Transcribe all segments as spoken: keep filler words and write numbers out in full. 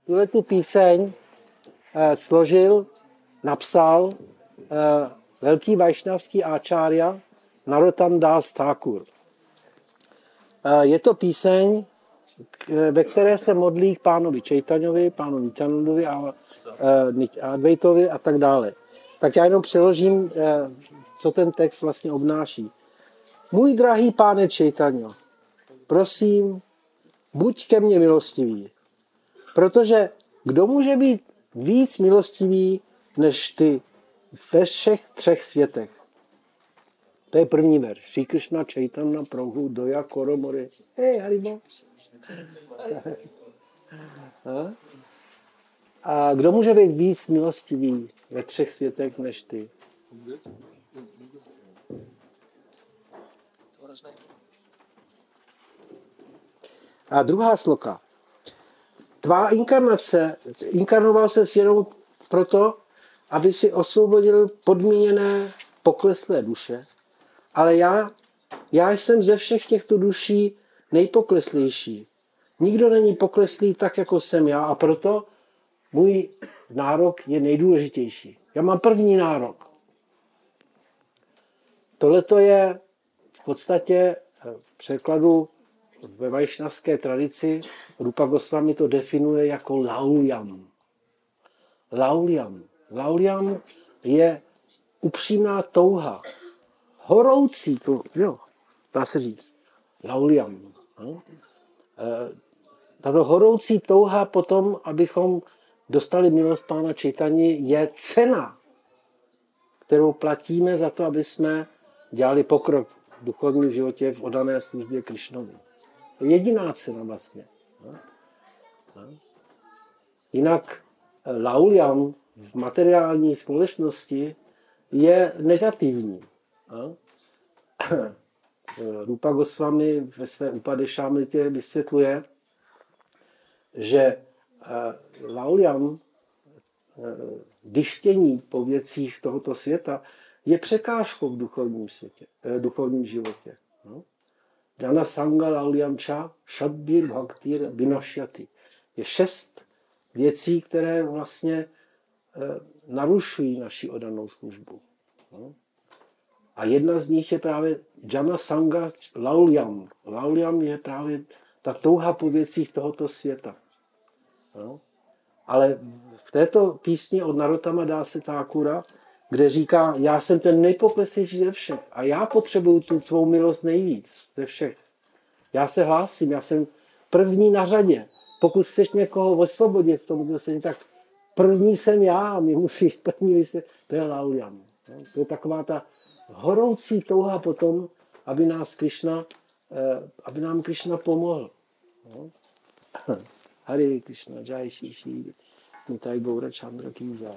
tuhle tu píseň eh, složil, napsal eh, velký vajšnavský áčárja Narottam Das Thakur. Eh, je to píseň, ve které se modlí k pánovi Čejtaňovi, pánu Nityanandovi a, a Advaitovi a tak dále. Tak já jenom přeložím, co ten text vlastně obnáší. Můj drahý páne Čejtaňo, prosím, buď ke mně milostivý, protože kdo může být víc milostivý než ty ve všech třech světech? To je první verš. Šrí Kršna Čejtana Prabhu Doja Koromori. Hej, Haribo. A kdo může být víc milostivý ve třech světech než ty? A druhá sloka. Tvá inkarnace, inkarnoval ses jenom proto, aby si osvobodil podmíněné pokleslé duše, ale já, já jsem ze všech těchto duší nejpokleslejší. Nikdo není pokleslý tak, jako jsem já, a proto můj nárok je nejdůležitější. Já mám první nárok. Tohle je v podstatě v překladu ve vajšnavské tradici Rupa Goswami to definuje jako laulyam. Laulyam. Laulyam je upřímná touha. Horoucí to, jo, dá se říct. Laulyam. Tato horoucí touha potom, abychom dostali milost pána Čejtani, je cena, kterou platíme za to, aby jsme dělali pokrok v duchovním životě v oddané službě Krišnovi. Jediná cena vlastně. Jinak laulyam v materiální společnosti je negativní. Rupa Goswami ve své Upadešamritě vysvětluje, že laulyam, dyštění po věcích tohoto světa, je překážkou v duchovním světě, duchovním životě. Jnana sanga laulyam cha shadbir bhaktir vinašyati. Je šest věcí, které vlastně narušují naši oddanou službu. A jedna z nich je právě jnana sanga laulyam. Laulyam je právě ta touha po věcích tohoto světa. No. Ale v této písni od Narottama Dase Thakura, kde říká, já jsem ten nejpokleslejší ze všech a já potřebuju tu svou milost nejvíc ze všech. Já se hlásím, já jsem první na řadě. Pokud chceš někoho osvobodit v tomto světě, tak první jsem já, my musí první vysvětlit. To je laulyam. No. To je taková ta horoucí touha potom, aby nás Krishna, aby nám Krishna pomohl. No. Hare Krishna, Jai Shri Shri Nitai Gaura Chandra ki Jai.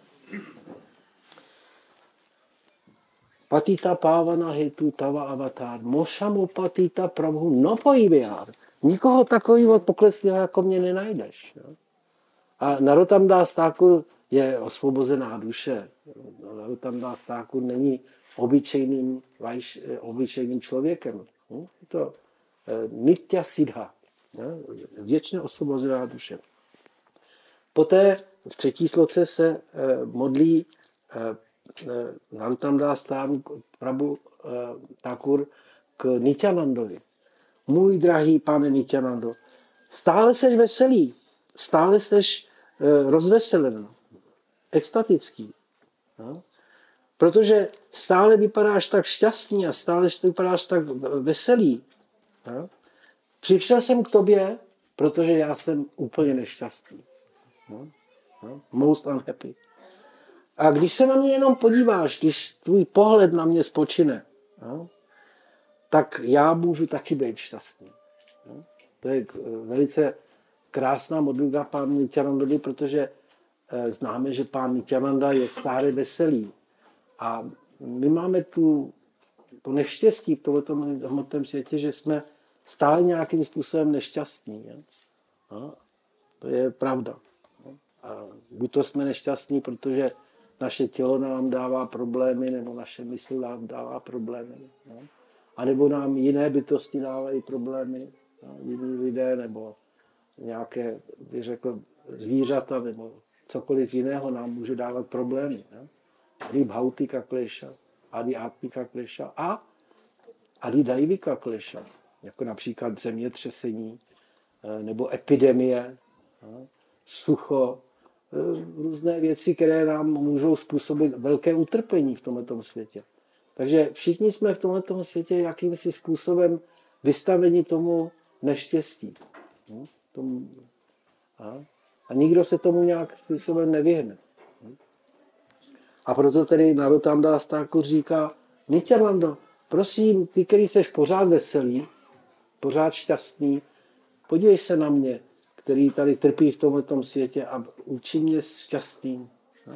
Patita pávana hetu tava avatar, mošamu patita prabhu nopojivyár. Nikoho takového pokleslého jako mě nenajdeš. Jo? A Narottam Das Thakur je osvobozená duše. Narottam Das Thakur není obyčejným, vajš, obyčejným člověkem. Je to nitya siddha. Věčně osvobozená duše. Poté v třetí sloce se modlí Narottam Das Prabhu Thakur k Nityanandovi. Můj drahý pane Nityanando, stále seš veselý, stále seš rozveselen, extatický. No? Protože stále vypadáš tak šťastný a stále vypadáš tak veselý. No? Přišel jsem k tobě, protože já jsem úplně nešťastný. No? No? Most unhappy. A když se na mě jenom podíváš, když tvůj pohled na mě spočine, no? tak já můžu taky být šťastný. No? To je velice krásná modlitba pánu Nityanandovi, protože známe, že pán Nityananda je stále veselý. A my máme tu, to neštěstí v tomto hmotném světě, že jsme stále nějakým způsobem nešťastní. Je? No? To je pravda. No? A buď to jsme nešťastní, protože naše tělo nám dává problémy, nebo naše mysl nám dává problémy. No? A nebo nám jiné bytosti dávají problémy, no? Jiní lidé, nebo nějaké, bych řekl, zvířata nebo cokoliv jiného nám může dávat problémy. Ne? Adi bhautika kleša, adi atmika kleša a adi daivika kleša, jako například zemětřesení nebo epidemie, sucho, různé věci, které nám můžou způsobit velké utrpení v tomto světě. Takže všichni jsme v tomto světě jakýmsi způsobem vystaveni tomu neštěstí. Tomu, a, a nikdo se tomu nějak způsobem nevyhne. A proto tedy Narottam Das Thakur říká, Nityanando, prosím, ty, který jsi pořád veselý, pořád šťastný, podívej se na mě, který tady trpí v tomto světě a učí mě šťastným.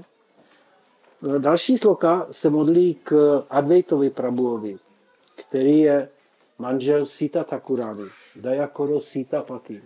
No, další sloka se modlí k Advaitovi Prabhuovi, který je manžel Sita Thakurani, Dayakoro Sita Pati.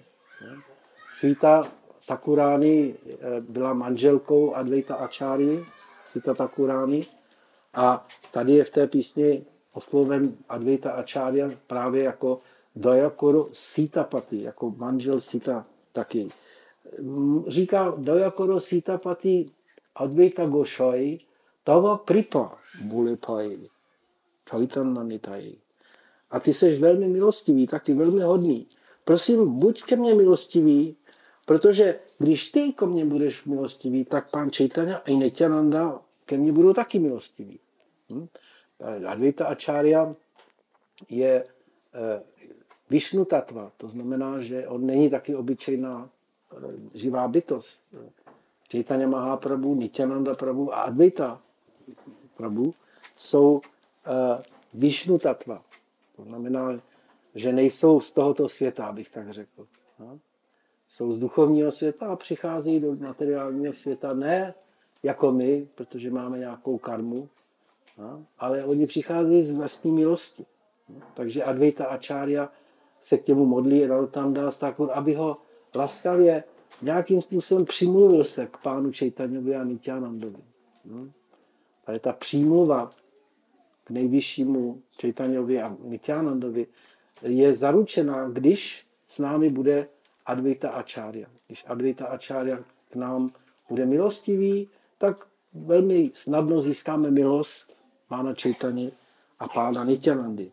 Sita Thakurani byla manželkou Advaita Acharya, Sita Thakurani, a tady je v té písni osloven Advaita Acharya právě jako Dayakoro Sita Pati, jako manžel Sita taky. Říká Dayakoro Sita Pati Advaita Goswami Tava kripa bulipai Chaitanya Nitai. A ty jsi velmi milostivý, taky velmi hodný. Prosím, buď ke mně milostivý, protože když ty ke mně budeš milostivý, tak pán Chaitanya a Nityananda ke mně budou taky milostiví. Hm? Advaita Acharya je eh, Višnu tattva, to znamená, že on není taky obyčejná eh, živá bytost. Chaitanya Mahaprabhu, Nityananda Prabhu a Advaita Prabhu jsou eh, Višnu tattva. To znamená, že nejsou z tohoto světa, abych tak řekl. No? Jsou z duchovního světa a přicházejí do materiálního světa ne jako my, protože máme nějakou karmu, no? Ale oni přicházejí z vlastní milosti. No? Takže Advaita Acharya se k němu modlí Narottam Das Thakur, aby ho laskavě nějakým způsobem přimluvil se k pánu Čejtaňovi a Nityanandovi. No? Ale ta přímluva k nejvyššímu Čejtaňovi a Nityanandovi je zaručená, když s námi bude Advaita Acharya. Když Advaita Acharya k nám bude milostivý, tak velmi snadno získáme milost pána Čejtani a pána Nityanandy.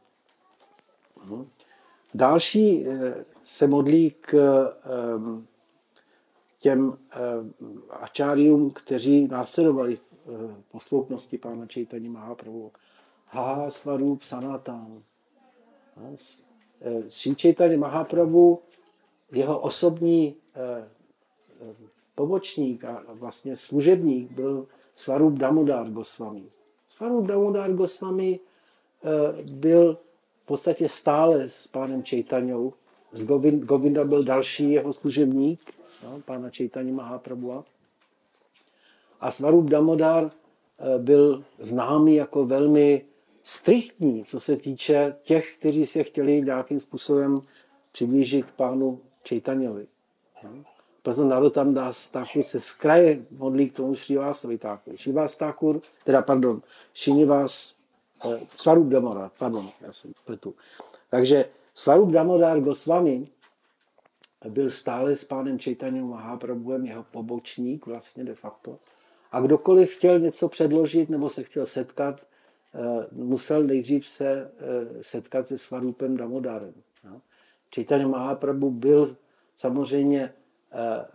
Další se modlí k těm ačárium, kteří následovali posloupnosti pána Čejtani Mahaprabhu. Ha Svarup Sanatan. Sri Chaitanya Mahaprabhu, jeho osobní pobočník a vlastně služebník byl Svarup Damodar Goswami. Svarup Damodar Goswami byl v podstatě stále s pánem Čejtaňou. Z Govinda byl další jeho služebník, no, pána Chaitanya Mahaprabhu. A Svarup Damodar byl známý jako velmi striktní, co se týče těch, kteří se chtěli nějakým způsobem přiblížit k pánu Čejtaňovi. No. Proto Narottam Das Thakur se z kraje modlí k tomu Srivásovi Thakur. Srivás Thakur, teda pardon, Srinivas, eh, Svarup Damodar, pardon, já jsem pletu. Takže Svarup Damodar Goswami byl stále s pánem Čejtaňou Mahaprabhuem, jeho pobočník vlastně de facto. A kdokoliv chtěl něco předložit nebo se chtěl setkat, eh, musel nejdřív se eh, setkat se Svarupem Damodarem. No. Chaitanya Mahaprabhu byl samozřejmě Eh,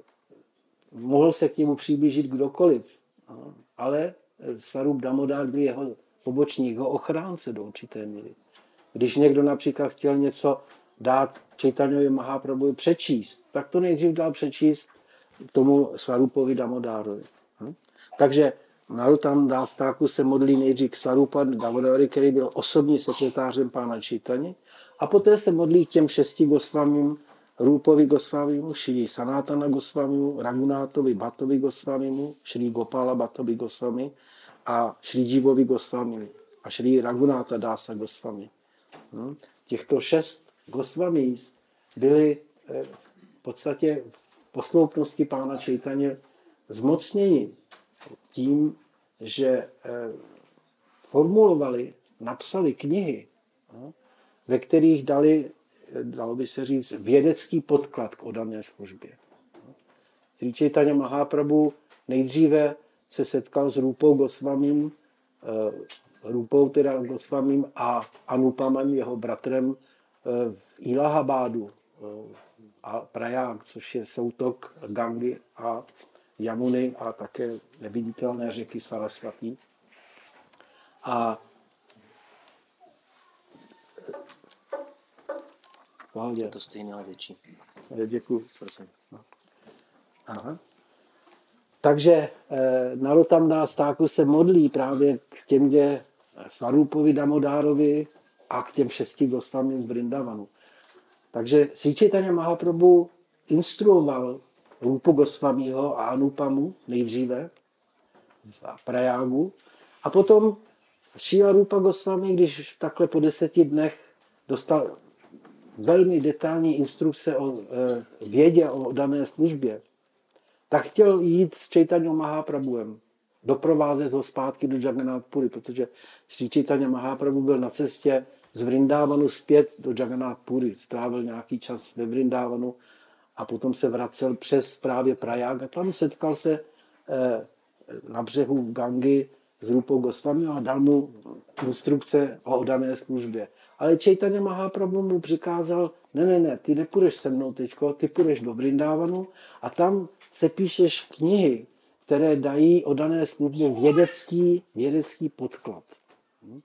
mohl se k němu přiblížit kdokoliv, no, ale Svarup Damodar byl jeho pobočník, jeho ochránce do určité míry. Když někdo například chtěl něco dát Čejtaňovi Mahaprabhu přečíst, tak to nejdřív dal přečíst tomu Svarupovi Damodarovi. Hm? Takže Narottam Das Thakur se modlí nejdřív k Svarupa Damodarovi, který byl osobní sekretářem pána Čejtani, a poté se modlí k těm šesti Gosvamím, Rupovi Goswamimu, Šri Sanatana Goswamimu, Raghunátovi Bhattovi Goswamimu, Šri Gopala Bhattovi Goswami a Šri Jivovi Goswamimu a Šri Raghunáta Dasa Goswami. Hm? Těchto šest Goswamí byli v podstatě v posloupnosti pána Čejtaně zmocněni tím, že formulovali, napsali knihy, ve kterých dali, dalo by se říct, vědecký podklad k oddané službě. Sri Chaitanya Mahaprabhu nejdříve se setkal s Rupou Gosvamím, Rupou teda Gosvamím a Anupamem, jeho bratrem, v Ilahabádu a Prayag, což je soutok Gangy a Jamuny a také neviditelné řeky Sarasvatí. A je to stejné, ale větší. Děkuji. Aha. Takže Narottam Das Thakur se modlí právě k těm Svarupovi Damodárovi a k těm šesti Gosvamím z Vrindavanu. Takže Sri Chaitanya Mahaprabhu instruoval Rupu Gosvamího a Anupamu nejdříve v Prajágu a potom Šíla Rupa Gosvami, když takhle po deseti dnech dostal velmi detailní instrukce o vědě o dané službě, tak chtěl jít s Chaitanya Mahaprabhuem, doprovázet ho zpátky do Jagannath Puri, protože Sri Chaitanya Mahaprabhu byl na cestě z Vrindavanu zpět do Jagannath Puri, strávil nějaký čas ve Vrindavanu a potom se vracel přes právě Prayag a tam setkal se na břehu Gangy s Rupou Gosvami a dal mu instrukce o dané službě. Ale Chaitanya Mahaprabhu mu přikázal, ne, ne, ne, ty nepůjdeš se mnou teďko, ty půjdeš do Vrindavanu a tam se píšeš knihy, které dají o dané službě vědecký, vědecký podklad. Hm?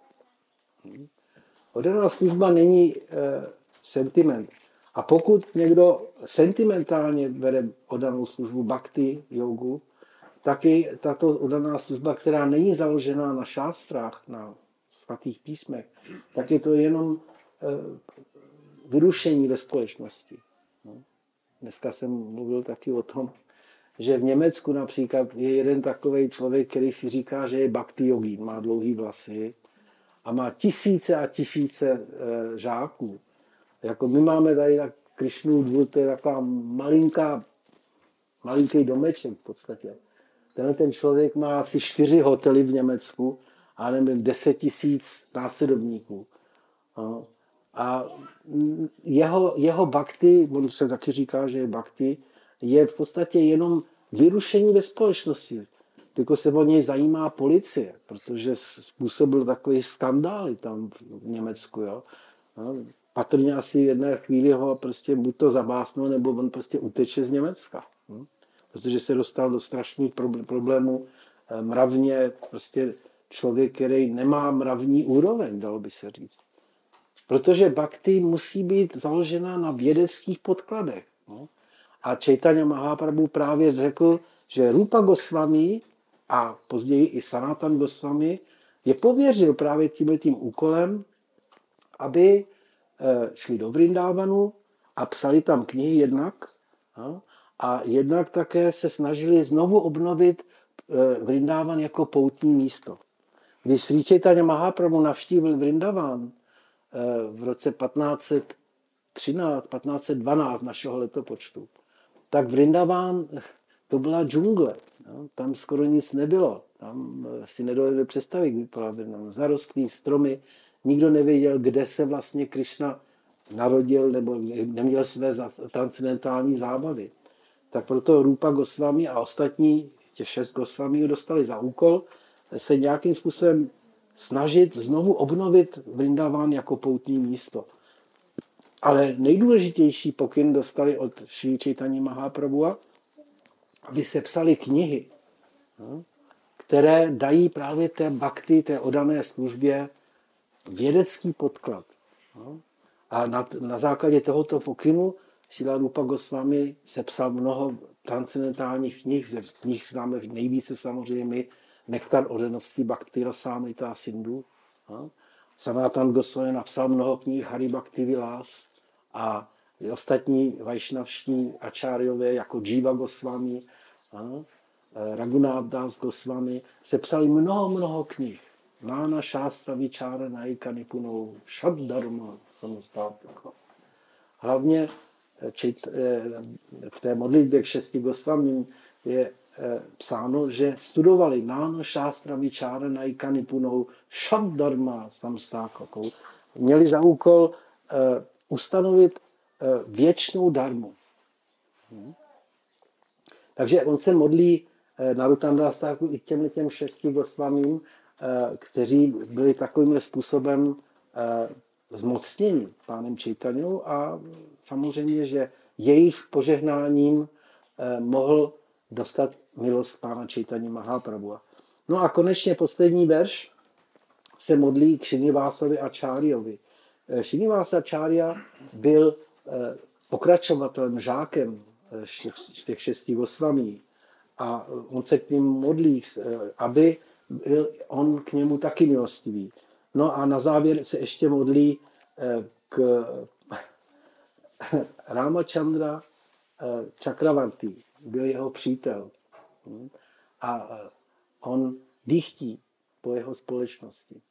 Hm? Odaná služba není e, sentiment. A pokud někdo sentimentálně bere odanou službu bhakti, jogu, taky tato odaná služba, která není založená na šástrách, na svatých písmech, tak je to jenom e, vyrušení ve společnosti. No. Dneska jsem mluvil taky o tom, že v Německu například je jeden takový člověk, který si říká, že je bhakti jogín, má dlouhý vlasy a má tisíce a tisíce e, žáků. Jako my máme tady na Krišnův dvůr, to je taková malinká, malinký domeček v podstatě. Tenhle ten člověk má asi čtyři hotely v Německu a nevím, deset tisíc následovníků. No. A jeho, jeho bhakti, on se taky říká, že je bhakti, je v podstatě jenom vyrušení ve společnosti. Tylko se o něj zajímá policie, protože způsobil takový skandály tam v Německu. Jo. No. Patrně asi v jedné chvíli ho prostě buď to zabásnou, nebo on prostě uteče z Německa. Hm? Protože se dostal do strašných problémů mravně, prostě člověk, který nemá mravní úroveň, dalo by se říct. Protože bhakti musí být založena na vědeckých podkladech. No? A Chaitanya Mahaprabhu právě řekl, že Rupa Gosvami a později i Sanatan Gosvami je pověřil právě tímhletím úkolem, aby šli do Vrindavanu a psali tam knihy jednak no? A jednak také se snažili znovu obnovit Vrindavan jako poutní místo. Když Sri Chaitanya Mahaprabhu navštívil Vrindavan v roce patnáct set třináct, patnáct set dvanáct našeho letopočtu, tak Vrindavan to byla džungle. No? Tam skoro nic nebylo. Tam si nedovedli představit, kdy byla Vrindavan. Zarostlý stromy, nikdo nevěděl, kde se vlastně Krishna narodil nebo neměl své transcendentální zábavy. Tak proto Rupa Gosvami a ostatní, těch šest Gosvami, dostali za úkol se nějakým způsobem snažit znovu obnovit Vrindavan jako poutní místo. Ale nejdůležitější pokyn dostali od Šri Chaitanya Mahaprabhua, aby se psaly knihy, které dají právě té bhakti, té odané službě vědecký podklad. A na, na základě tohoto pokynu Šrila Rupa Gosvami sepsal mnoho transcendentálních knih, z nich známe nejvíce samozřejmě my Nektar odenosti Bhakti Rasamrita Sindhu. Sanatan Goswami napsal mnoho knih Hari Bhakti Vilas a ostatní vajšnavští ačáriové jako Jiva Goswami, Raghunath Das Goswami sepsali mnoho, mnoho knih. Nána šástra vičára naika nipunou šad dharma samostápko. Hlavně v té modlitbě k šesti Gosvamím je psáno, že studovali Nána šástra vičára naika nipunou šad dharma samostápko. Měli za úkol ustanovit věčnou dharmu. Takže on se modlí Narottam Das Thakur i těm těm šesti Gosvamím, kteří byli takovým způsobem zmocněni pánem Čejtaňou a samozřejmě, že jejich požehnáním mohl dostat milost pána Čejtaně Mahaprabhu. No a konečně poslední verš se modlí k Srinivásovi Acharyovi. Srinivasa Acharya byl pokračovatelem, žákem těch šesti Gosvamí a on se k ním modlí, aby byl on k němu taky milostivý. No a na závěr se ještě modlí k Ramachandra Chakravarti, byl jeho přítel. A on dychtí po jeho společnosti.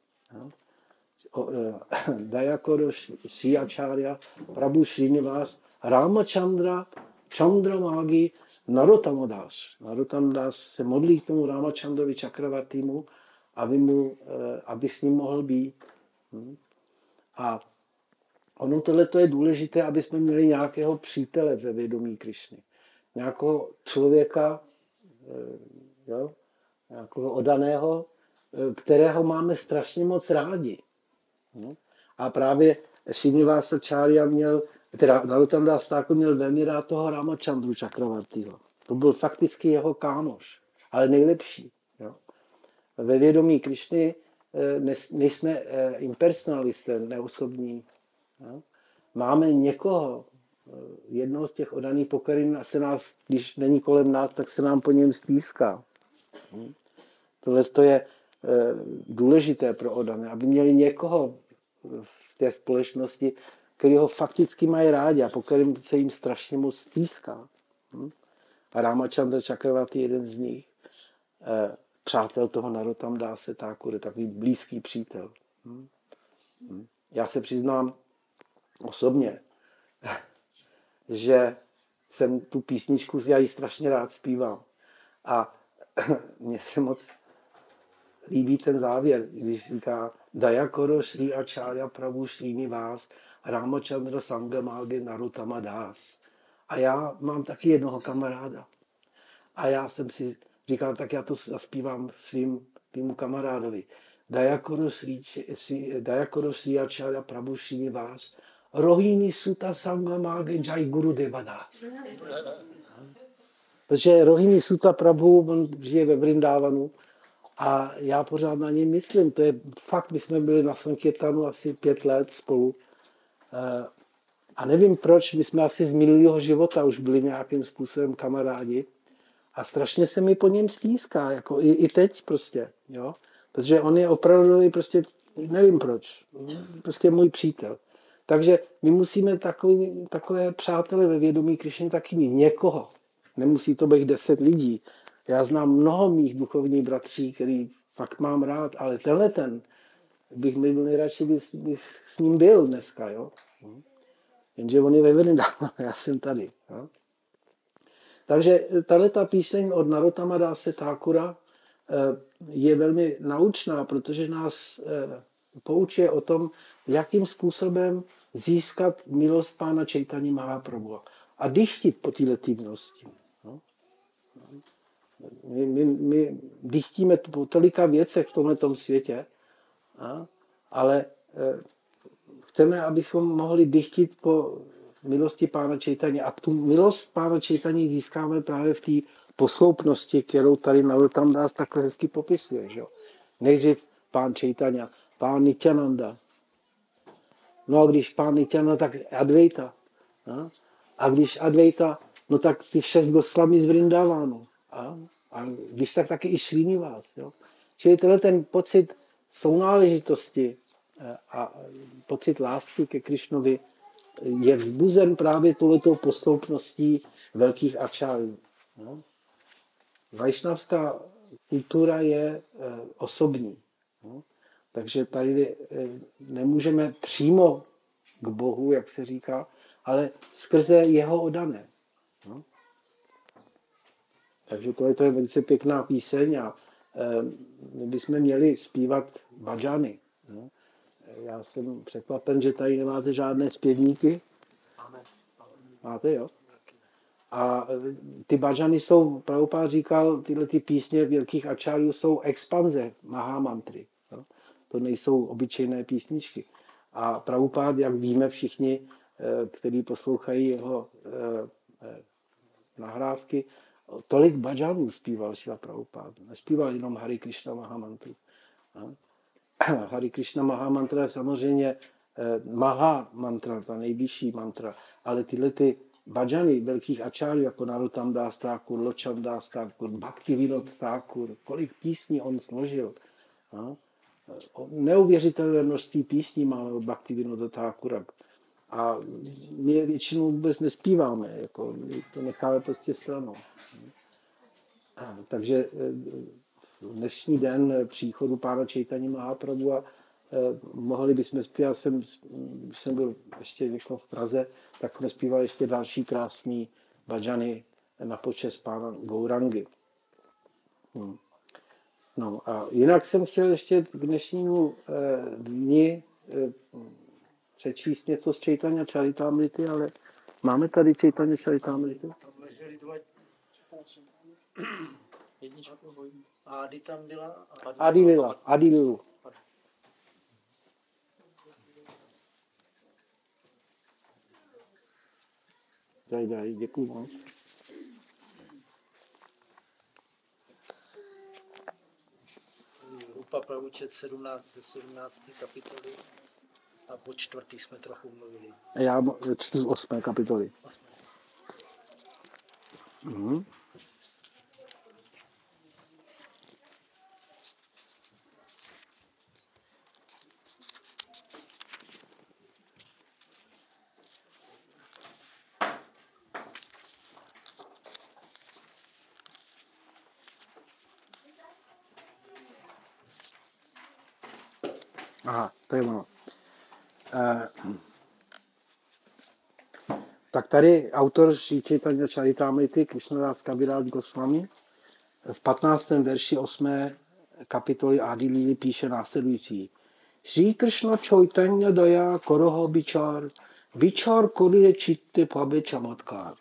Dayakoro Sri Acharya Prabhu Srinivas Ramachandra Chandramagi Narottama Das. Narottam Das se modlí k tomu Ramachandrovi Chakravartimu, aby, mu, aby s ním mohl být. A ono tohle je důležité, aby jsme měli nějakého přítele ve vědomí Krišny. Nějakého člověka, jo, nějakého odaného, kterého máme strašně moc rádi. A právě Srinivasa Acharya měl, teda Narottam Das Thakur měl velmi rád toho Ramachandru Chakravartiho. To byl fakticky jeho kámoš, ale nejlepší. Jo. Ve vědomí Krišny nejsme impersonalisté, neosobní. Jo. Máme někoho, jednoho z těch odaných, po kterým se nás, když není kolem nás, tak se nám po něm stýská. Tohle je důležité pro odané, aby měli někoho v té společnosti, který ho fakticky mají rádi a po kterém se jim strašně moc stýská. A Ramachandra Chakravarti je jeden z nich. Přátel toho Narottam Dase Thakur, takový blízký přítel. Já se přiznám osobně, že jsem tu písničku, já ji strašně rád zpívám. A mně se moc líbí ten závěr, když říká Dayakoro Sri Acharya Prabhu Srinivas Ramachandra Sangamage Narottama Das. A já mám taky jednoho kamaráda. A já jsem si říkal, tak já to zaspívám svým týmu kamarádovi. Dayakoro Sri, Dayakoro Sri Acharya Prabhu Srinivas Rohini Sutta Sangamage Jai Guru Deva Das. Protože Rohini Sutta Prabhu, on žije ve Vrindávanu a já pořád na něj myslím. To je fakt, my jsme byli na Sankirtanu asi pět let spolu. A nevím proč, my jsme asi z minulého života už byli nějakým způsobem kamarádi. A strašně se mi po něm stýská, jako i, i teď prostě, jo. Protože on je opravdu prostě, nevím proč, prostě můj přítel. Takže my musíme takový, takové přátelé ve vědomí Krišny taky mít někoho. Nemusí to být deset lidí. Já znám mnoho mých duchovních bratří, který fakt mám rád, ale tenhle ten bych mi byl nejradši, by, by s ním byl dneska, jo. Jenže on je ve Vrindávanu, já jsem tady, jo. Takže tato píseň od Narottama Dase Thakura je velmi naučná, protože nás poučuje o tom, jakým způsobem získat milost pána Čejtani Mahaprabhu a dychtit po této milosti. My, my, my dychtíme po tolika věcech v tomhletom světě, ale chceme, abychom mohli dychtit po milosti pána Čejtani. A tu milost pána Čejtani získáme právě v té posloupnosti, kterou tady Narottam Das takhle hezky popisuje. Že? Nejdřív pán Čejtania, pán Nityananda. No a když pán Nityananda, tak Advaita. A, a když Advaita, no tak ty šest Gosvami z Vrindavanu. A, a když tak taky i Srinivas. Jo? Čili tenhle ten pocit sounáležitosti a pocit lásky ke Krišnovi je vzbuzen právě touhletou posloupností velkých ačárů. No. Vajšnavská kultura je e, osobní. No. Takže tady e, nemůžeme přímo k Bohu, jak se říká, ale skrze jeho odané. No. Takže tohle je velice pěkná píseň a e, my bychom měli zpívat bhajany. No. Já jsem překvapen, že tady nemáte žádné zpěvníky. Máte, jo? A ty bhajany jsou, Prabhupád říkal, tyhle ty písně velkých ačáriů jsou expanze mahamantry. No? To nejsou obyčejné písničky. A Prabhupád, jak víme všichni, kteří poslouchají jeho nahrávky, tolik bhajanů zpíval Šrila Prabhupád. Nespíval jenom Hari Krishna Mahamantru. Hari Krishna Mahamantra je samozřejmě Maha mantra, ta nejvyšší mantra, ale tyhle ty bhajany velkých ačáriů, jako Narottam Das Thakur, Lochand Das Thakur, Bhaktivinoda Thakur, kolik písní on složil. Neuvěřitelné množství písní máme od Bhaktivinoda Thakura. A my je většinou vůbec nespíváme, jako my to necháme prostě stranou. Takže dnešní den příchodu pána Chaitanya Mahaprabhu a mohli bychom zpívat, jsem, když jsem byl ještě vyšlo v Praze, tak jsme zpívali ještě další krásný bhajany na počest pána Gaurangy. Hmm. No a jinak jsem chtěl ještě k dnešnímu eh, dni eh, přečíst něco z Chaitanya Charitamrity, ale máme tady Chaitanya Charitamrity? Tam leželi dva jedničku, Adi tam byla. Adi Lila, Adi Lilu. Daj, daj, děkuji moc. Rupa Prabhučet sedmnáct ze sedmnácté kapitoly a po čtvrtý jsme trochu mluvili. Já čtu z osmé kapitoly. Osmé. Mhm. Aha, to je ono. Eh, tak tady autor Sri Chaitanya Charitamrity Krishnadas Kaviraj Goswami v patnáctém verši osmé kapitoly Adi Lily píše následující. Sri Krishna Chaitanya Daya Koroho Bichar Bichar Korire Chitte Pabe Chamatkar.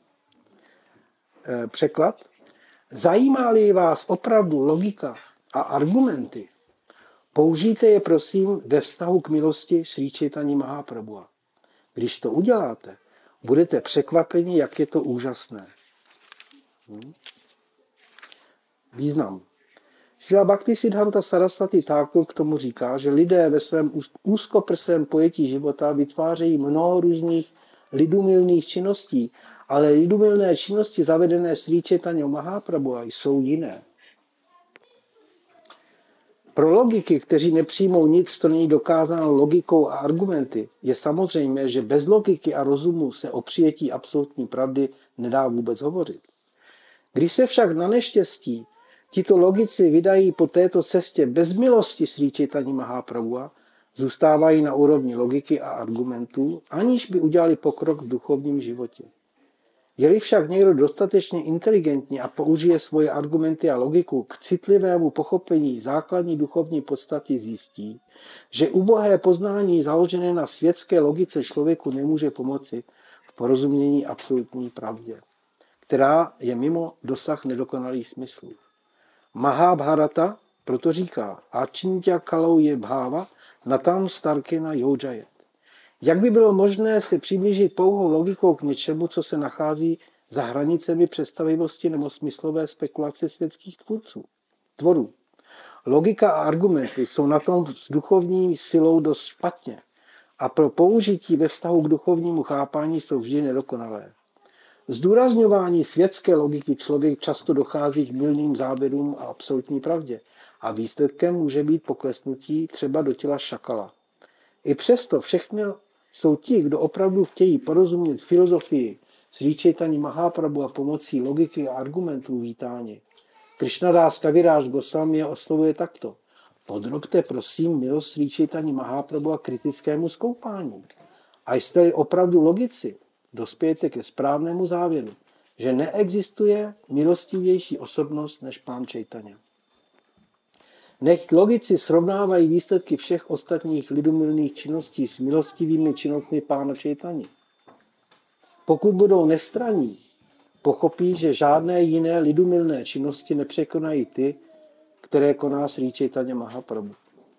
Eh, překlad. Zajímá-li vás opravdu logika a argumenty, použijte je prosím ve vztahu k milosti Sri Chaitanya Mahaprabhu. Když to uděláte, budete překvapeni, jak je to úžasné. Hm? Význam. Šrila Bhaktisiddhanta Saraswati Thakur k tomu říká, že lidé ve svém úzkoprsém pojetí života vytvářejí mnoho různých lidumilných činností, ale lidumilné činnosti zavedené Sri Chaitanya Mahaprabhu jsou jiné. Pro logiky, kteří nepřijmou nic, co není dokázáno logikou a argumenty, je samozřejmé, že bez logiky a rozumu se o přijetí absolutní pravdy nedá vůbec hovořit. Když se však na neštěstí tito logici vydají po této cestě bez milosti Sri Chaitanya Mahaprabhu, zůstávají na úrovni logiky a argumentů, aniž by udělali pokrok v duchovním životě. Je-li však někdo dostatečně inteligentní a použije svoje argumenty a logiku k citlivému pochopení základní duchovní podstaty, zjistí, že ubohé poznání založené na světské logice člověku nemůže pomoci v porozumění absolutní pravdě, která je mimo dosah nedokonalých smyslů. Mahabharata proto říká, Achintya kalou je bháva, natam starkena yojajet. Jak by bylo možné se přiblížit pouhou logikou k něčemu, co se nachází za hranicemi představivosti nebo smyslové spekulace světských tvůrců, tvorů? Logika a argumenty jsou na tom s duchovní silou dost špatně a pro použití ve vztahu k duchovnímu chápání jsou vždy nedokonalé. Zdůrazňování světské logiky člověk často dochází k mylným závěrům a absolutní pravdě a výsledkem může být poklesnutí třeba do těla šakala. I přesto všechno jsou ti, kdo opravdu chtějí porozumět filozofii Sri Chaitanya Mahaprabhu a pomocí logiky a argumentů vítáni. Krishnadas Kaviraj Goswami je oslovuje takto. Podrobte prosím milost Sri Chaitanya Mahaprabhu a kritickému zkoumání. A jste-li opravdu logici, dospějete ke správnému závěru, že neexistuje milostivější osobnost než pán Chaitanya. Nechť logici srovnávají výsledky všech ostatních lidumilných činností s milostivými činnostmi pána Chaitanya. Pokud budou nestranní pochopí, že žádné jiné lidumilné činnosti nepřekonají ty, které koná Srí Chaitanya Mahaprabhu.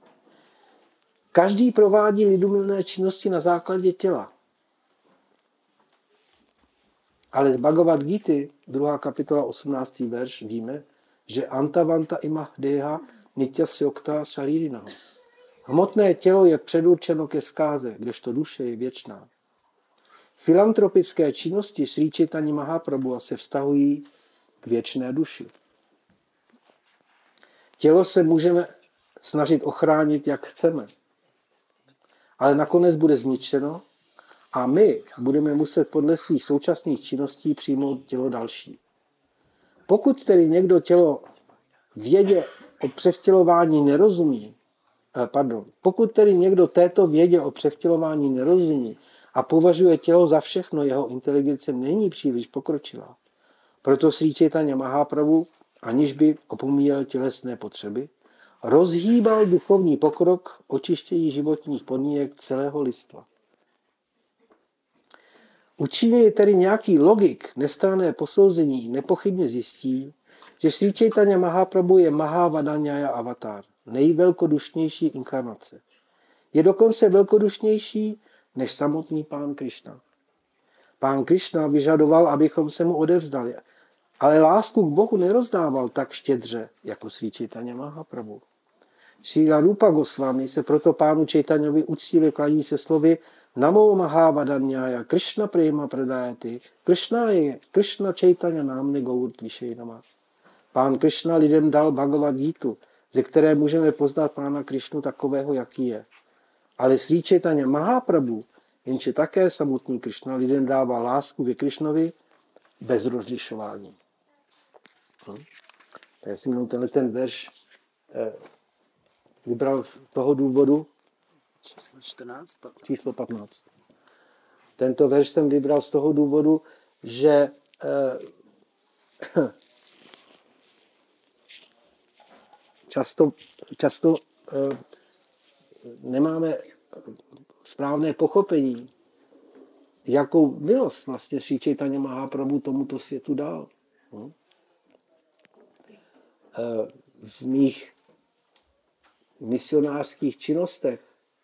Každý provádí lidumilné činnosti na základě těla. Ale z Bhagavad Gity, druhá kapitola, osmnáctý verš, víme, že antavanta imah deha nitya syokta saririnaho. Hmotné tělo je předurčeno ke zkáze, kdežto duše je věčná. Filantropické činnosti Srí Chaitanya Mahaprabhu se vztahují k věčné duši. Tělo se můžeme snažit ochránit, jak chceme. Ale nakonec bude zničeno a my budeme muset podle svých současných činností přijmout tělo další. Pokud tedy někdo tělo vědě o převtělování nerozumí, pardon, pokud tedy někdo této vědě o převtělování nerozumí a považuje tělo za všechno, jeho inteligence není příliš pokročilá. Proto Srí Chaitanya Mahaprabhu, aniž by opomíjel tělesné potřeby, rozhýbal duchovní pokrok očištění životních podmínek celého lidstva. Učiní tedy nějaký logik nestranné posouzení nepochybně zjistí, že Srí Chaitanya Mahaprabhu je Mahavadanyaya avatar, nejvelkodušnější inkarnace. Je dokonce velkodušnější než samotný pán Krišna. Pán Krišna vyžadoval, abychom se mu odevzdali, ale lásku k Bohu nerozdával tak štědře jako Srí Chaitanya Mahaprabhu. Srila Rupa Goswami se proto pánu Chaitanyovi uctivě kladí se slovy Namo Mahavadanyaya Krishna prema pradayati Krishna je Krishna Chaitanya námne Gaurt Vishejnama. Pán Krishna lidem dal Bhagavad Gítu, ze které můžeme poznat pána Krišnu takového, jaký je. Ale Srí Chaitanya Mahaprabhu, jenže také samotný Krišna, lidem dává lásku ke Krišnovi bez rozlišování. Hm? Já si jenom tenhle ten verš eh, vybral z toho důvodu Číslo čtrnáct, patnáct. Číslo patnáct. Tento verš jsem vybral z toho důvodu, že eh, často, často eh, nemáme správné pochopení, jakou milost vlastně Srí Chaitanya Mahaprabhu tomuto světu dal. Hm? Eh, v mých misionářských činnostech,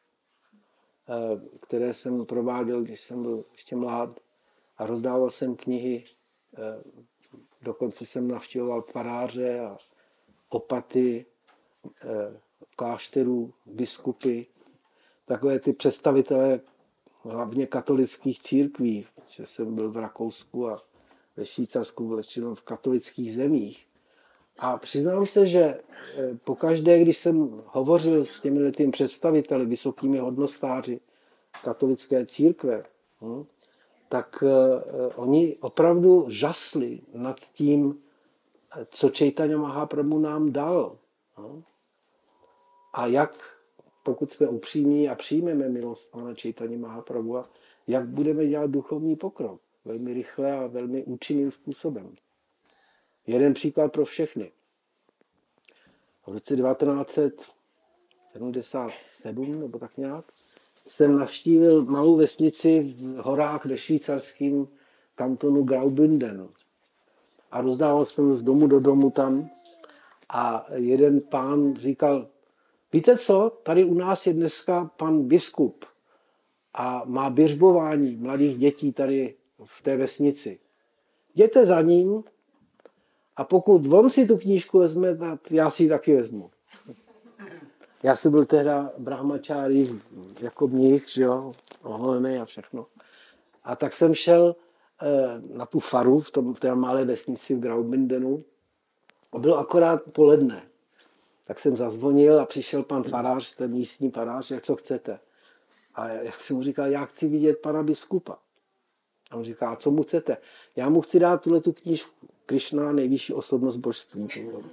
které jsem prováděl, když jsem byl ještě mlád a rozdával jsem knihy, dokonce jsem navštěvoval faráře a opaty klášterů, biskupy, takové ty představitelé hlavně katolických církví, protože jsem byl v Rakousku a ve Švýcarsku, většinou v katolických zemích. A přiznám se, že pokaždé, když jsem hovořil s těmi těmi představiteli, vysokými hodnostáři katolické církve, hm, tak uh, oni opravdu žasli nad tím, co Chaitanya Mahaprabhu nám dal. Hm. A jak, pokud jsme upřímní a přijmeme milost pana Chaitanya Mahaprabhu, jak budeme dělat duchovní pokrok velmi rychle a velmi účinným způsobem. Jeden příklad pro všechny. V roce devatenáct set sedmdesát sedm nebo tak nějak jsem navštívil malou vesnici v horách ve švýcarském kantonu Graubünden. A rozdával jsem z domu do domu tam a jeden pán říkal, víte co, tady u nás je dneska pan biskup a má běžbování mladých dětí tady v té vesnici. Jděte za ním a pokud on si tu knížku vezme, tak já si ji taky vezmu. Já jsem byl tehda brahmačári jako mnich, že jo, oholený a všechno. A tak jsem šel eh, na tu faru v, tom, v té malé vesnici v Graubündenu. A bylo akorát poledne. Tak jsem zazvonil a přišel pan farář, ten místní farář, jak co chcete. A jak jsem mu říkal, já chci vidět pana biskupa. A on říká, a co mu chcete? Já mu chci dát tuhletu knížku. Krišna, nejvyšší osobnost božství.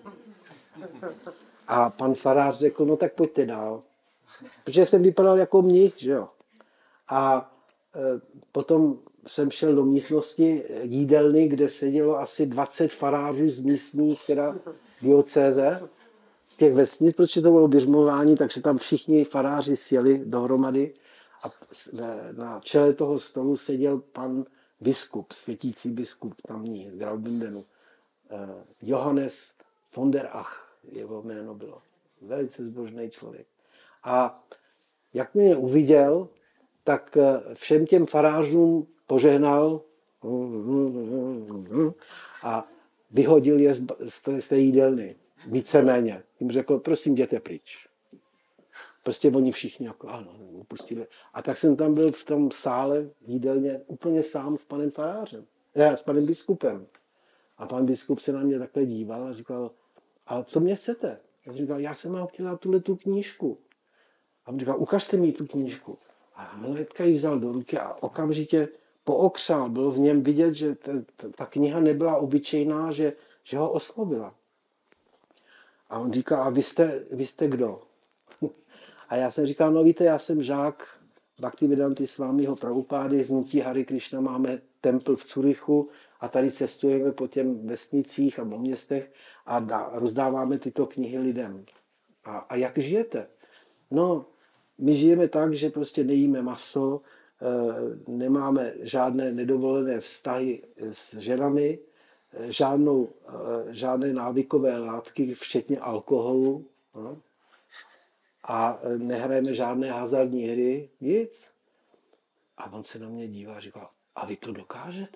A pan farář řekl, no tak pojďte dál. Protože jsem vypadal jako mnich, že jo. A e, potom jsem šel do místnosti jídelny, kde sedělo asi dvacet farářů z místních teda diocéze, z těch vesnic, protože to bylo běžmování, takže tam všichni faráři sjeli dohromady a na čele toho stolu seděl pan biskup, světící biskup tamní z Graubündenu, Johannes von der Ach, jeho jméno bylo. Velice zbožný člověk. A jak mě uviděl, tak všem těm farářům požehnal a vyhodil je z té jídelny. Víceméně. Jim řekl, prosím, jděte pryč. Prostě oni všichni jako, ano, upustili. A tak jsem tam byl v tom sále jídelně úplně sám s panem farářem. Ne, s panem biskupem. A pan biskup se na mě takhle díval a říkal, a co mě chcete? Já jsem říkal, já jsem vám chtěla tuhle tu knížku. A on říkal, ukažte mi tu knížku. A hnedka ji vzal do ruky a okamžitě pookřál. Bylo v něm vidět, že ta, ta kniha nebyla obyčejná, že, že ho oslovila. A on říkal, a vy jste, vy jste kdo? A já jsem říkal, no víte, já jsem žák Bhaktivedanta Swamiho Prabhupády, z hnutí Hare Krishna, máme templ v Curychu a tady cestujeme po těm vesnicích a po městech a dá, rozdáváme tyto knihy lidem. A, a jak žijete? No, my žijeme tak, že prostě nejíme maso, e, nemáme žádné nedovolené vztahy s ženami, žádnou, e, žádné návykové látky, včetně alkoholu, no? A nehrajeme žádné hazardní hry, nic. A on se na mě dívá a říkal, a vy to dokážete?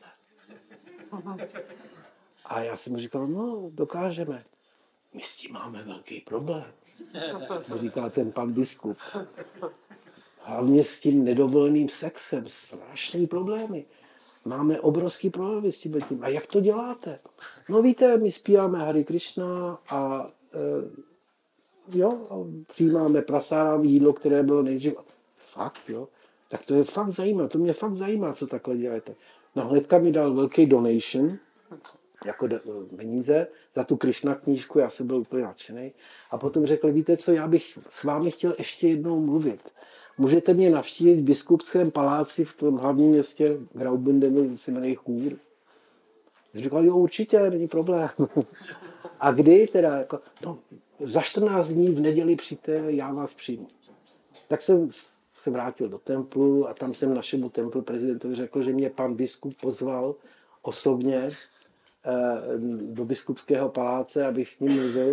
A já jsem mu říkal, no, dokážeme. My s tím máme velký problém, říkal ten pan biskup. Hlavně s tím nedovoleným sexem, strašný problémy. Máme obrovský problémy s tím. A jak to děláte? No víte, my zpíváme Hare Krishna a e, jo, přijímáme prasáram jídlo, které bylo nejdřív. Fakt, jo? Tak to je fakt zajímavé, to mě fakt zajímá, co takhle děláte. No hnedka mi dal velký donation, jako peníze, za tu Krishna knížku, já jsem byl úplně nadšený. A potom řekl, víte co, já bych s vámi chtěl ještě jednou mluvit. Můžete mě navštívit v biskupském paláci v tom hlavním městě Graubündenu, se jmenuje Chur. Říkal, jo, určitě, není problém. A kdy teda, jako, no, za čtrnáct dní v neděli přijďte, já vás přijmu. Tak jsem se vrátil do templu a tam jsem našemu templu prezidentovi řekl, že mě pan biskup pozval osobně eh, do biskupského paláce, abych s ním mluvil.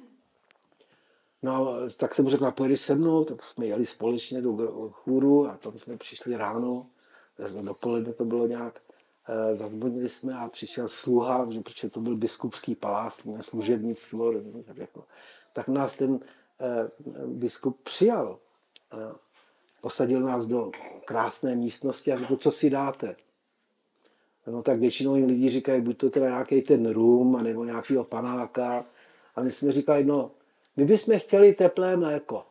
No, tak jsem mu řekl, pojedeš se mnou, tak jsme jeli společně do Chůru a tam jsme přišli ráno, dopoledne to bylo nějak, eh, zazvonili jsme a přišel sluha, že, protože to byl biskupský palác, služebnictvo, tak, jako, tak nás ten eh, biskup přijal. Eh, osadil nás do krásné místnosti a řekl, co si dáte? No tak většinou jim lidi říkají, buď to teda nějaký ten rum, nebo nějakýho panáka. A my jsme říkali, no, my bychom chtěli teplé mléko.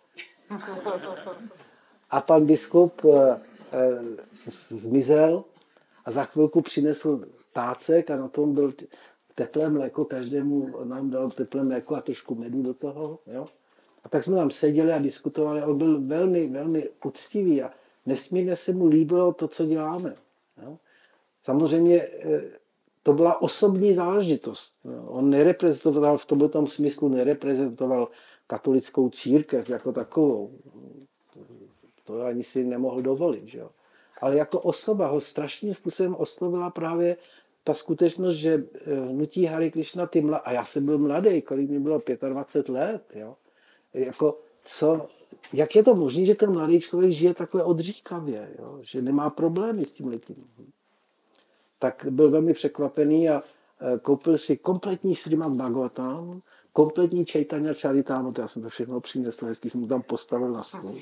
A pan biskup eh, eh, zmizel a za chvilku přinesl tácek a na tom byl teplé mléko, každému nám dal teplé mléko a trošku medu do toho. Jo? A tak jsme tam seděli a diskutovali. On byl velmi, velmi uctivý a nesmírně se mu líbilo to, co děláme. Jo? Samozřejmě to byla osobní záležitost. On nereprezentoval v tomto smyslu, nereprezentoval katolickou církev jako takovou. To ani si nemohl dovolit. Že jo? Ale jako osoba ho strašným způsobem oslovila právě ta skutečnost, že hnutí Hare Krishna, ty mla... a já jsem byl mladý, kolik mi bylo dvacet pět let, jo? Jako co, jak je to možné, že ten mladý člověk žije takhle odříkavě, jo? Že nemá problémy s tím letím. Tak byl velmi překvapený a koupil si kompletní Srimad Bhagavatam, kompletní Chaitanya Charitamrita, já jsem to všechno přinesl, hezky jsem mu tam postavil na stůl.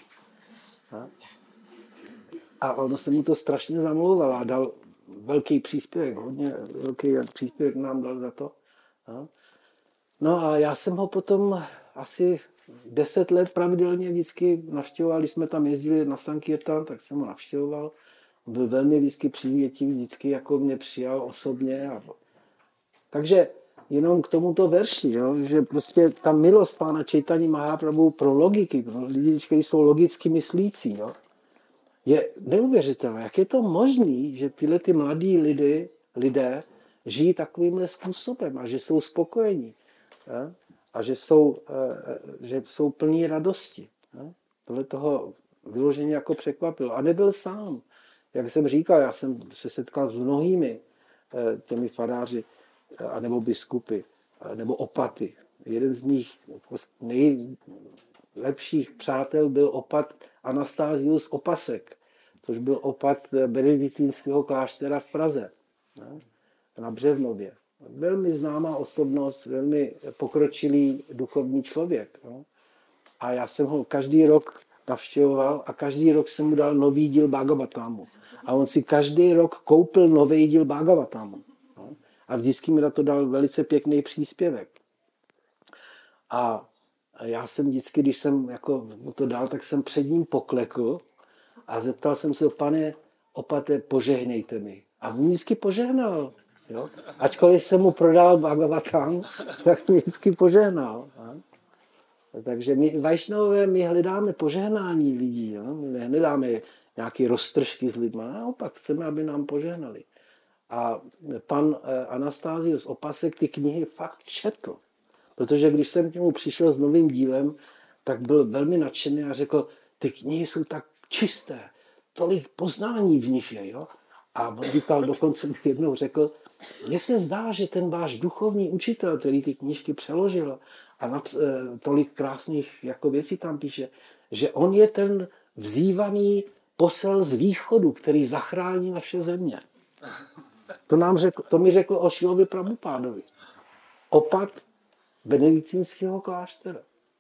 A ono se mu to strašně zamlouval a dal velký příspěvek, hodně velký příspěvek nám dal za to. No a já jsem ho potom asi deset let pravidelně vždycky navštěvoval, když jsme tam jezdili na Sankirtan, tak jsem ho navštěvoval. Byl velmi vždycky přívětivý, vždycky jako mě přijal osobně. A... Takže jenom k tomuto verši, jo, že prostě ta milost pána Chaitanya Mahaprabhu pro logiky, pro lidi, kteří jsou logicky myslící, jo, je neuvěřitelné. Jak je to možné, že tyhle ty mladí lidé, lidé žijí takovýmhle způsobem a že jsou spokojení. Jo? A že jsou, že jsou plní radosti. Jo? Tohle toho vyloženě jako překvapilo. A nebyl sám. jak jsem říkal, já jsem se setkal s mnohými těmi faráři, anebo biskupy, nebo opaty. Jeden z mých nejlepších přátel byl opat Anastázius Opasek, což byl opat benediktínského kláštera v Praze, na Břevnově. Velmi známá osobnost, velmi pokročilý duchovní člověk. A já jsem ho každý rok navštěvoval a každý rok jsem mu dal nový díl Bhagavatámu. A on si každý rok koupil nový díl Bhagavatámu. A vždycky mi na to dal velice pěkný příspěvek. A já jsem vždycky, když jsem jako mu to dal, tak jsem před ním poklekl a zeptal jsem se, pane opate, požehnejte mi. A on vždycky požehnal. Jo? Ačkoliv jsem mu prodal Bhagavatám, tak mi vždycky požehnal. A? Takže my Vajšnavové, my hledáme požehnání lidí. Jo? My nehledáme nějaké roztržky s lidmi. Naopak chceme, aby nám požehnali. A pan Anastázius Opasek ty knihy fakt četl. Protože když jsem k němu přišel s novým dílem, tak byl velmi nadšený a řekl, ty knihy jsou tak čisté, tolik poznání v nich je. Jo? A on říkal, dokonce mi jednou řekl, mně se zdá, že ten váš duchovní učitel, který ty knížky přeložil a nad, tolik krásných jako věcí tam píše, že on je ten vzývaný posel z východu, který zachrání naše země. To, nám řekl, to mi řekl o Šilovi Prabhupádovi. Opat benediktínského kláštera.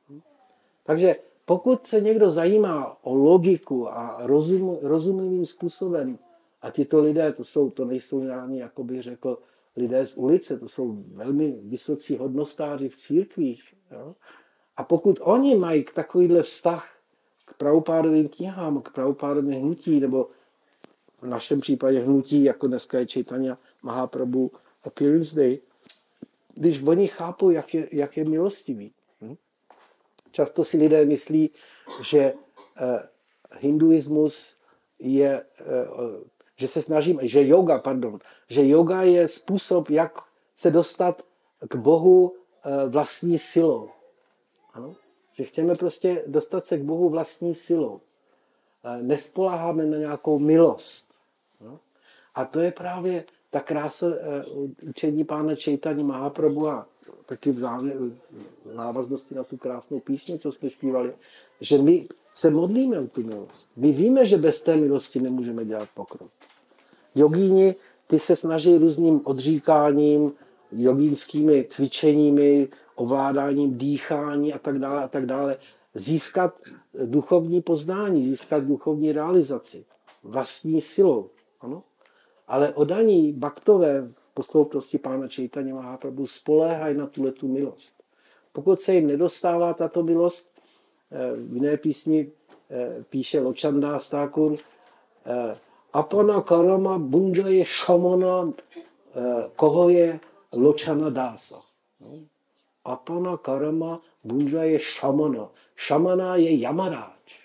Takže pokud se někdo zajímá o logiku a rozum, rozumným způsobem, a tyto lidé, to, jsou, to nejsou žádní, jako bych řekl, lidé z ulice, to jsou velmi vysocí hodnostáři v církvích. Jo? A pokud oni mají k takovýhle vztah k Prabhupádovým knihám, k Prabhupádovým hnutí, nebo v našem případě hnutí, jako dneska je Chaitanya Mahaprabhu Appearance Day, když oni chápou, jak je, jak je milostivý. Hm? Často si lidé myslí, že eh, hinduismus je, eh, že se snažíme, že yoga, pardon, že yoga je způsob, jak se dostat k Bohu eh, vlastní silou. Ano? Že chceme prostě dostat se k Bohu vlastní silou. Eh, nespoléháme na nějakou milost. No? A to je právě ta krása učení pána Chaitanya Mahaprabhu a taky v, závěr, v návaznosti na tu krásnou písni, co jsme zpívali, že my se modlíme o tu milost. My víme, že bez té milosti nemůžeme dělat pokrok. Jogíni, ty se snaží různým odříkáním, jogínskými cvičeními, ovládáním dýchání a tak dále a tak dále, získat duchovní poznání, získat duchovní realizaci vlastní silou. Ano? Ale odaní baktové v posloupnosti pána Chaitanya Mahaprabhu spoléhají na tuhletu milost. Pokud se jim nedostává tato milost, v jiné písni píše Lochandás Thakur, Apana karama bunjaye shamana, koho je Lochana dása. Apana karama bunjaye shamana. Šamana je Yamaráč.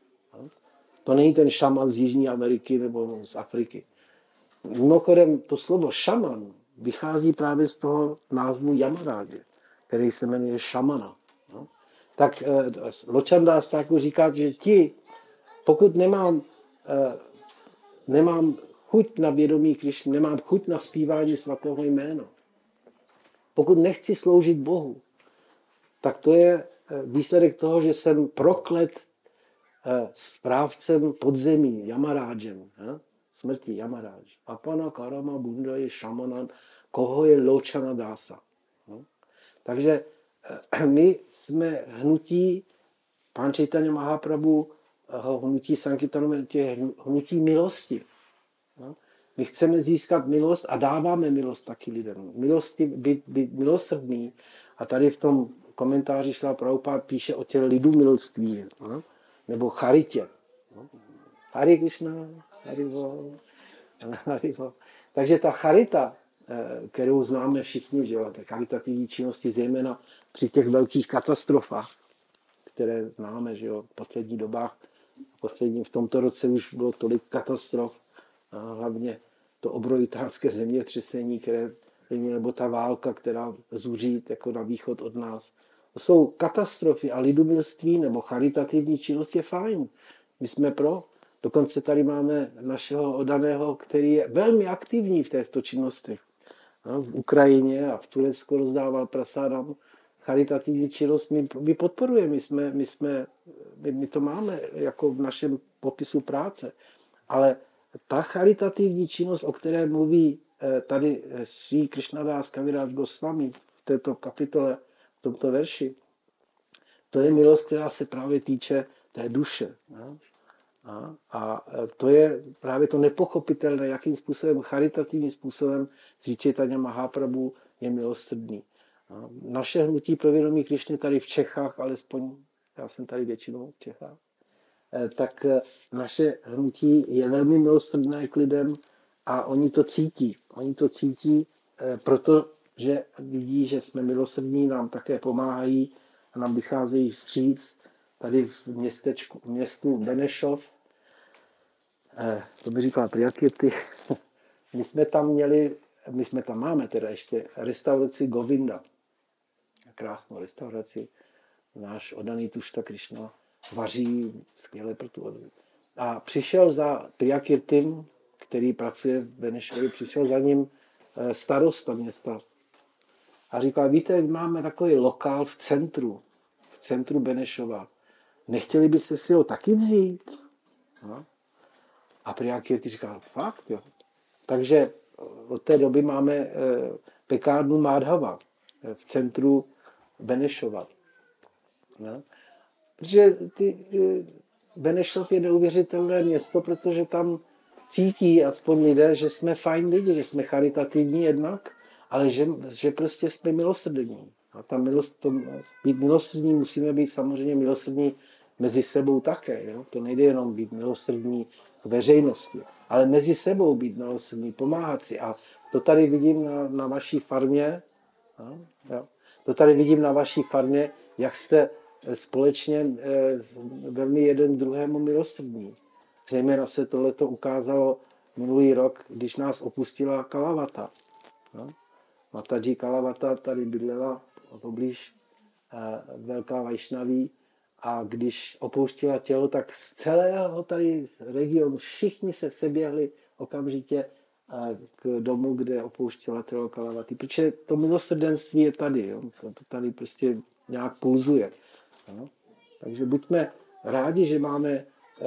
To není ten šaman z Jižní Ameriky nebo z Afriky. Mimochodem to slovo šaman vychází právě z toho názvu Yamaráže, který se jmenuje šamana. No. Tak eh, Lochandás Thakur říká, že ti, pokud nemám, eh, nemám chuť na vědomí Krišny, nemám chuť na zpívání svatého jména, pokud nechci sloužit Bohu, tak to je výsledek toho, že jsem proklet eh, správcem podzemí, Yamarážem. Eh? Smrti, Yamaráž. Apana karama bunda je šamanan, koho je Lochana dása. No? Takže eh, my jsme hnutí, pán Chaitanya Mahaprabhu, eh, hnutí Sankirtanu, hnutí milosti. No? My chceme získat milost a dáváme milost taky lidem. Milosti, být, být milosrdný. A tady v tom komentáři Šrila Prabhupád píše o těch lidu miloství. No? Nebo charitě. No? Hare Krishna, Haribo, Haribo. Takže ta charita, kterou známe všichni, že jo, ta charitativní činnosti, zejména při těch velkých katastrofách, které známe, že jo, v posledních dobách, v posledním, v tomto roce už bylo tolik katastrof, a hlavně to obrovitánské zemětřesení, které, nebo ta válka, která zuří jako na východ od nás. To jsou katastrofy a lidumilství nebo charitativní činnost je fajn. My jsme pro, Dokonce tady máme našeho oddaného, který je velmi aktivní v těchto činnostech. No, v Ukrajině a v Turecku rozdával prasádám charitativní činnost. My, my podporujeme, my, jsme, my, jsme, my, my to máme jako v našem popisu práce. Ale ta charitativní činnost, o které mluví tady Srí Krishnadás Kaviraj Goswami v této kapitole, v tomto verši, to je milost, která se právě týče té duše. No? A, a to je právě to nepochopitelné, jakým způsobem, charitativním způsobem Srí Chaitanya Mahaprabhu je milosrdný. A naše hnutí pro vědomí Krišny tady v Čechách, alespoň já jsem tady většinou v Čechách, tak naše hnutí je velmi milosrdné k lidem a oni to cítí. Oni to cítí, protože vidí, že jsme milosrdní, nám také pomáhají a nám vycházejí vstříc. Tady v městečku, v městu Benešov, to by říkala Priyakirti, my jsme tam měli, my jsme tam máme teda ještě restauraci Govinda. Krásnou restauraci. Náš oddaný Tušta Krišna vaří skvěle pro tu oddaný. A přišel za Priyakirtim, který pracuje v Benešově, přišel za ním starosta města. A říkal, víte, máme takový lokál v centru, v centru Benešova. Nechtěli byste si ho taky vzít? No. A Priyakirti říkal, fakt, jo. Takže od té doby máme pekárnu Madhava v centru Benešova. No. Protože ty, Benešov je neuvěřitelné město, protože tam cítí aspoň lidé, že jsme fajn lidi, že jsme charitativní jednak, ale že, že prostě jsme milosrdní. A ta milost, to, být milosrdní, musíme být samozřejmě milosrdní mezi sebou také. Jo? To nejde jenom být milosrdní k veřejnosti, ale mezi sebou být milosrdní, pomáhat si. A to tady vidím na, na vaší farmě. Jo? To tady vidím na vaší farmě, jak jste společně eh, velmi jeden druhému milosrdní. Zejména se tohleto ukázalo minulý rok, když nás opustila Kalavata. No? Mataji Kalavata tady bydlela poblíž eh, Velká Vajšnaví a když opouštila tělo, tak z celého tady regionu všichni se seběhli okamžitě eh, k domu, kde opouštila tělo Kalavaty. Protože to milosrdenství je tady. Jo? To, to tady prostě nějak pulzuje. No? Takže buďme rádi, že máme eh,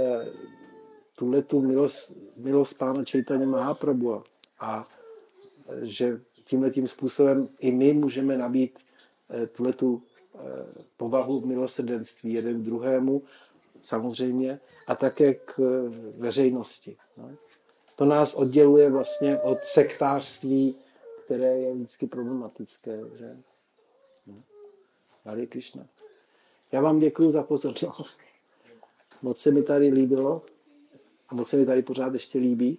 tuhletu milost, milost Pána Chaitanya Mahaprabhu a že tímhletím způsobem i my můžeme nabít tuhletu povahu milosrdenství jeden k druhému, samozřejmě, a také k veřejnosti. No. To nás odděluje vlastně od sektářství, které je vždycky problematické. Že? No. Hare Krishna. Já vám děkuji za pozornost. Moc se mi tady líbilo a moc se mi tady pořád ještě líbí.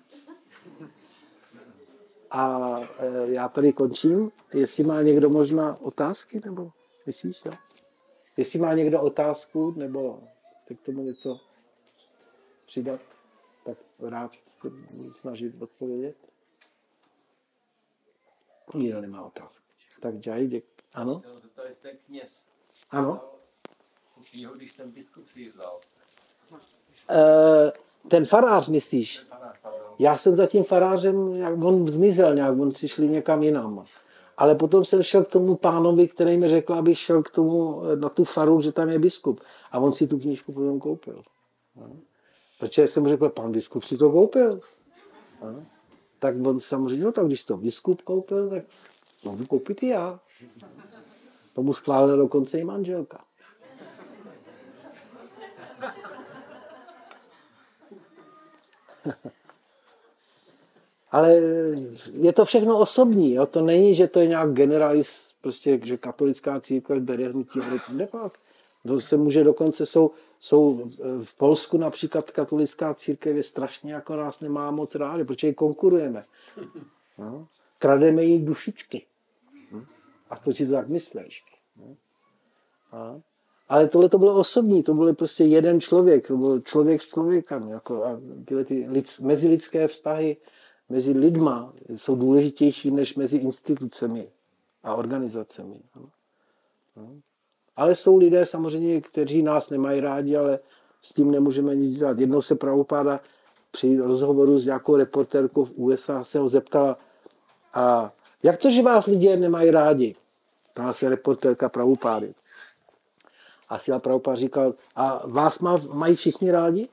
A já tady končím. Jestli má někdo možná otázky, nebo myslíš, jo? Jestli má někdo otázku, nebo chce k tomu něco přidat, tak rád se budu snažit odpovědět. Nikdo nemá otázku. Tak Jai, děkuji. Ano? To jste kněz. Ano? Jeho, když jsem biskup si vzal. Uh, ten farář, myslíš? Já jsem za tím farářem, jak on zmizel nějak, on si šli někam jinam. Ale potom jsem šel k tomu pánovi, který mi řekl, abych šel k tomu, na tu faru, že tam je biskup. A on si tu knížku potom koupil. No. Protože jsem mu řekl, pan biskup si to koupil. No. Tak on samozřejmě, no tak když to biskup koupil, tak mohu koupit i já. Tomu schválila dokonce i manželka. Ale je to všechno osobní. Jo? To není, že to je nějak generalis, prostě, že katolická církev bere hnutí. Nepak. To se může dokonce, jsou, jsou v Polsku například katolická církev je strašně, jako nás nemá moc rádi, protože ji konkurujeme. No? Krademe jí dušičky. A to si to tak myslíš. No? Ale tohle to bylo osobní, to byl prostě jeden člověk, to byl člověk s člověkem. Jako, a tyhle ty lid, mezilidské vztahy mezi lidma jsou důležitější než mezi institucemi a organizacemi. No. No. Ale jsou lidé samozřejmě, kteří nás nemají rádi, ale s tím nemůžeme nic dělat. Jednou se Prabhupáda při rozhovoru s nějakou reportérkou v U S A se ho zeptala, a jak to, že vás lidé nemají rádi? Ptala se reportérka Prabhupády. A Srila Prabhupáda říkal, a vás má, mají všichni rádi?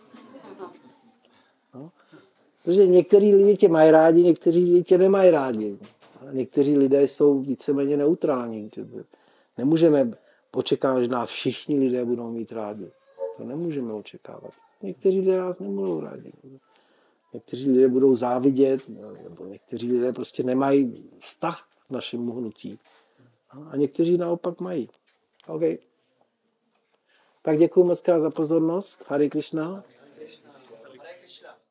No. Protože některý lidé tě mají rádi, někteří lidé tě nemají rádi. Někteří lidé jsou víceméně neutrální. Nemůžeme očekávat, že nás všichni lidé budou mít rádi. To nemůžeme očekávat. Někteří lidé nás nebudou rádi. Někteří lidé budou závidět, nebo někteří lidé prostě nemají vztah k našemu hnutí. A někteří naopak mají. OK. Tak děkuji moc krát za pozornost. Hare Krishna. Hare Krishna.